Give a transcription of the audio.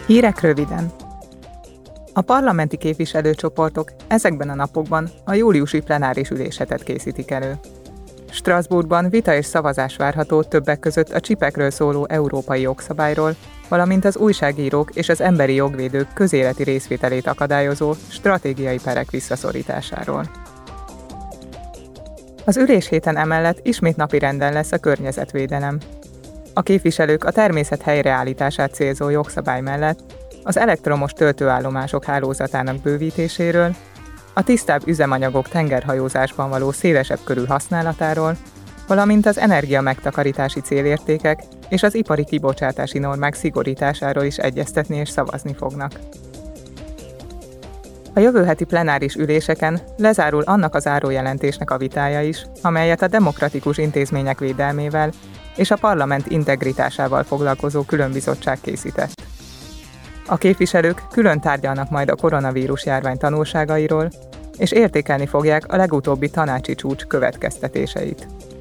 Hírek röviden. A parlamenti képviselőcsoportok ezekben a napokban a júliusi plenáris üléshetet készítik elő. Strasbourgban vita és szavazás várható többek között a csipekről szóló európai jogszabályról, valamint az újságírók és az emberi jogvédők közéleti részvételét akadályozó stratégiai perek visszaszorításáról. Az üléshéten emellett ismét napirenden lesz a környezetvédelem. A képviselők a természet helyreállítását célzó jogszabály mellett az elektromos töltőállomások hálózatának bővítéséről, a tisztább üzemanyagok tengerhajózásban való szélesebb körű használatáról, valamint az energiamegtakarítási célértékek és az ipari kibocsátási normák szigorításáról is egyeztetni és szavazni fognak. A jövő heti plenáris üléseken lezárul annak a zárójelentésnek a vitája is, amelyet a demokratikus intézmények védelmével és a parlament integritásával foglalkozó különbizottság készített. A képviselők külön tárgyalnak majd a koronavírus járvány tanulságairól, és értékelni fogják a legutóbbi tanácsi csúcs következtetéseit.